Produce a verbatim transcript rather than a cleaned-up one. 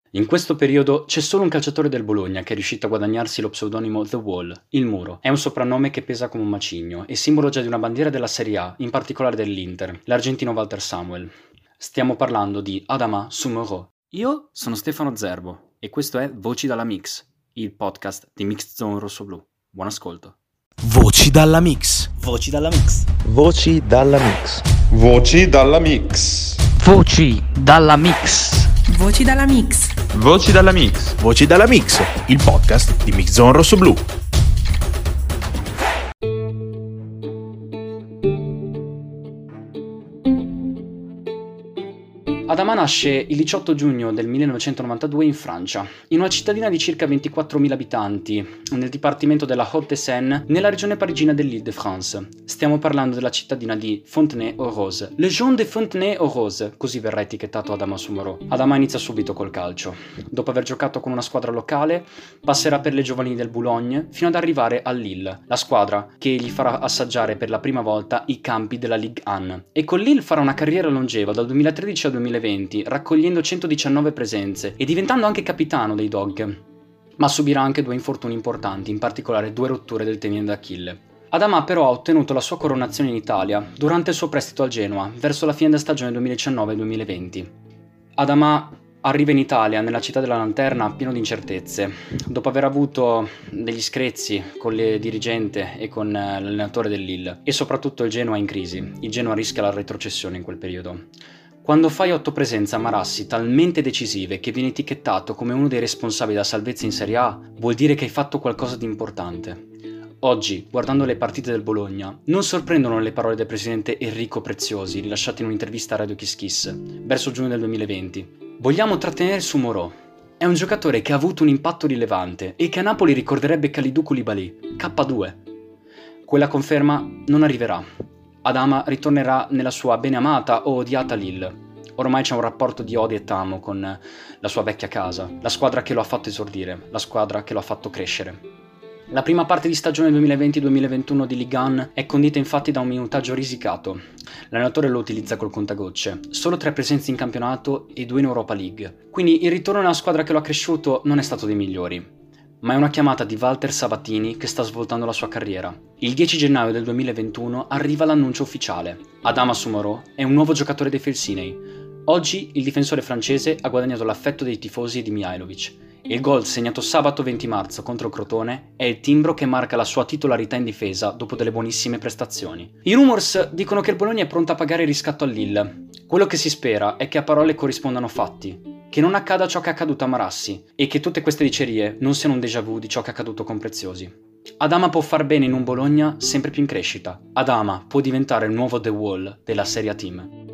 In questo periodo c'è solo un calciatore del Bologna che è riuscito a guadagnarsi lo pseudonimo The Wall, il muro. È un soprannome che pesa come un macigno e simbolo già di una bandiera della Serie A, in particolare dell'Inter, l'argentino Walter Samuel. Stiamo parlando di Adama Sumoro. Io sono Stefano Zerbo e questo è Voci dalla Mix, il podcast di Mixed Zone Rossoblù. Buon ascolto. Voci dalla Mix. Voci dalla Mix. Voci dalla Mix. Voci dalla Mix. Voci dalla Mix. Voci dalla Mix. Voci dalla Mix. Voci dalla Mix, il podcast di Mixed Zone Rossoblù. Adama nasce il diciotto giugno del millenovecentonovantadue in Francia, in una cittadina di circa ventiquattromila abitanti, nel dipartimento della Haute-Seine, nella regione parigina dell'Île-de-France. Stiamo parlando della cittadina di Fontenay-aux-Roses. Le Jean de Fontenay-aux-Roses, così verrà etichettato Adama Sumoro. Adama inizia subito col calcio. Dopo aver giocato con una squadra locale, passerà per le giovanili del Boulogne fino ad arrivare al Lille, la squadra che gli farà assaggiare per la prima volta i campi della Ligue uno. E con Lille farà una carriera longeva dal duemilatredici al duemilaventi, raccogliendo centodiciannove presenze e diventando anche capitano dei Dog, ma subirà anche due infortuni importanti, in particolare due rotture del tendine d'Achille. Adama però ha ottenuto la sua coronazione in Italia durante il suo prestito al Genoa, verso la fine della stagione duemiladiciannove duemilaventi. Adama arriva in Italia, nella città della Lanterna, pieno di incertezze. Dopo aver avuto degli screzi con il dirigente e con l'allenatore del Lille, e soprattutto il Genoa in crisi. Il Genoa rischia la retrocessione in quel periodo. Quando fai otto presenze a Marassi talmente decisive che viene etichettato come uno dei responsabili della salvezza in Serie A, vuol dire che hai fatto qualcosa di importante. Oggi, guardando le partite del Bologna, non sorprendono le parole del presidente Enrico Preziosi rilasciate in un'intervista a Radio Kiss Kiss, verso giugno del duemilaventi. Vogliamo trattenere Sumoro. È un giocatore che ha avuto un impatto rilevante e che a Napoli ricorderebbe Kalidou Koulibaly, K due. Quella conferma non arriverà. Adama ritornerà nella sua beneamata o odiata Lille. Ormai c'è un rapporto di odio e tamo con la sua vecchia casa, la squadra che lo ha fatto esordire, la squadra che lo ha fatto crescere. La prima parte di stagione duemilaventi duemilaventuno di Ligue uno è condita infatti da un minutaggio risicato. L'allenatore lo utilizza col contagocce, solo tre presenze in campionato e due in Europa League. Quindi il ritorno nella squadra che lo ha cresciuto non è stato dei migliori. Ma è una chiamata di Walter Sabatini che sta svoltando la sua carriera. Il dieci gennaio del duemilaventuno arriva l'annuncio ufficiale. Adama Sumoro è un nuovo giocatore dei Felsinei. Oggi il difensore francese ha guadagnato l'affetto dei tifosi di Mihajlovic. Il gol segnato sabato venti marzo contro Crotone è il timbro che marca la sua titolarità in difesa dopo delle buonissime prestazioni. I rumors dicono che il Bologna è pronto a pagare il riscatto al Lille. Quello che si spera è che a parole corrispondano fatti, che non accada ciò che è accaduto a Marassi e che tutte queste dicerie non siano un déjà vu di ciò che è accaduto con Preziosi. Adama può far bene in un Bologna sempre più in crescita. Adama può diventare il nuovo The Wall della Serie A Team.